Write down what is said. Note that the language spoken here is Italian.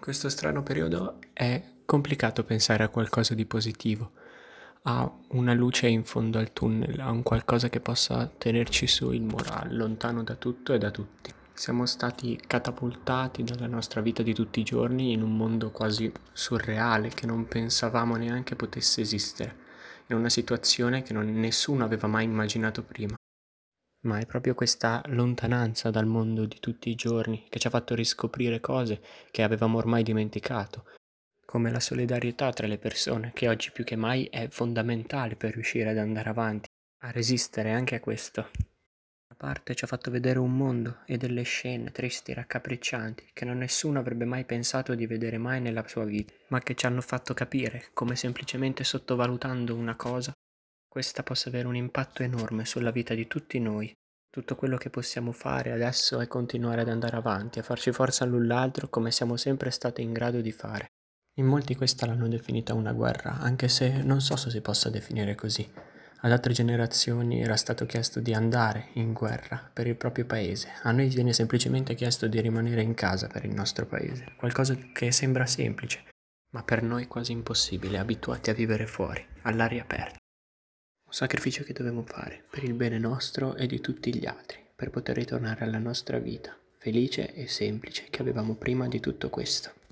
Questo strano periodo è complicato pensare a qualcosa di positivo, a una luce in fondo al tunnel, a un qualcosa che possa tenerci su il morale, lontano da tutto e da tutti. Siamo stati catapultati dalla nostra vita di tutti i giorni in un mondo quasi surreale che non pensavamo neanche potesse esistere, in una situazione che nessuno aveva mai immaginato prima. Ma è proprio questa lontananza dal mondo di tutti i giorni che ci ha fatto riscoprire cose che avevamo ormai dimenticato, come la solidarietà tra le persone, che oggi più che mai è fondamentale per riuscire ad andare avanti, a resistere anche a questo. Da parte ci ha fatto vedere un mondo e delle scene tristi, raccapriccianti, che nessuno avrebbe mai pensato di vedere mai nella sua vita, ma che ci hanno fatto capire come semplicemente sottovalutando una cosa questa possa avere un impatto enorme sulla vita di tutti noi. Tutto quello che possiamo fare adesso è continuare ad andare avanti, a farci forza l'un l'altro come siamo sempre stati in grado di fare. In molti questa l'hanno definita una guerra, anche se non so se si possa definire così. Ad altre generazioni era stato chiesto di andare in guerra per il proprio paese, a noi viene semplicemente chiesto di rimanere in casa per il nostro paese, qualcosa che sembra semplice, ma per noi quasi impossibile, abituati a vivere fuori, all'aria aperta. Un sacrificio che dovevamo fare per il bene nostro e di tutti gli altri, per poter ritornare alla nostra vita, felice e semplice che avevamo prima di tutto questo.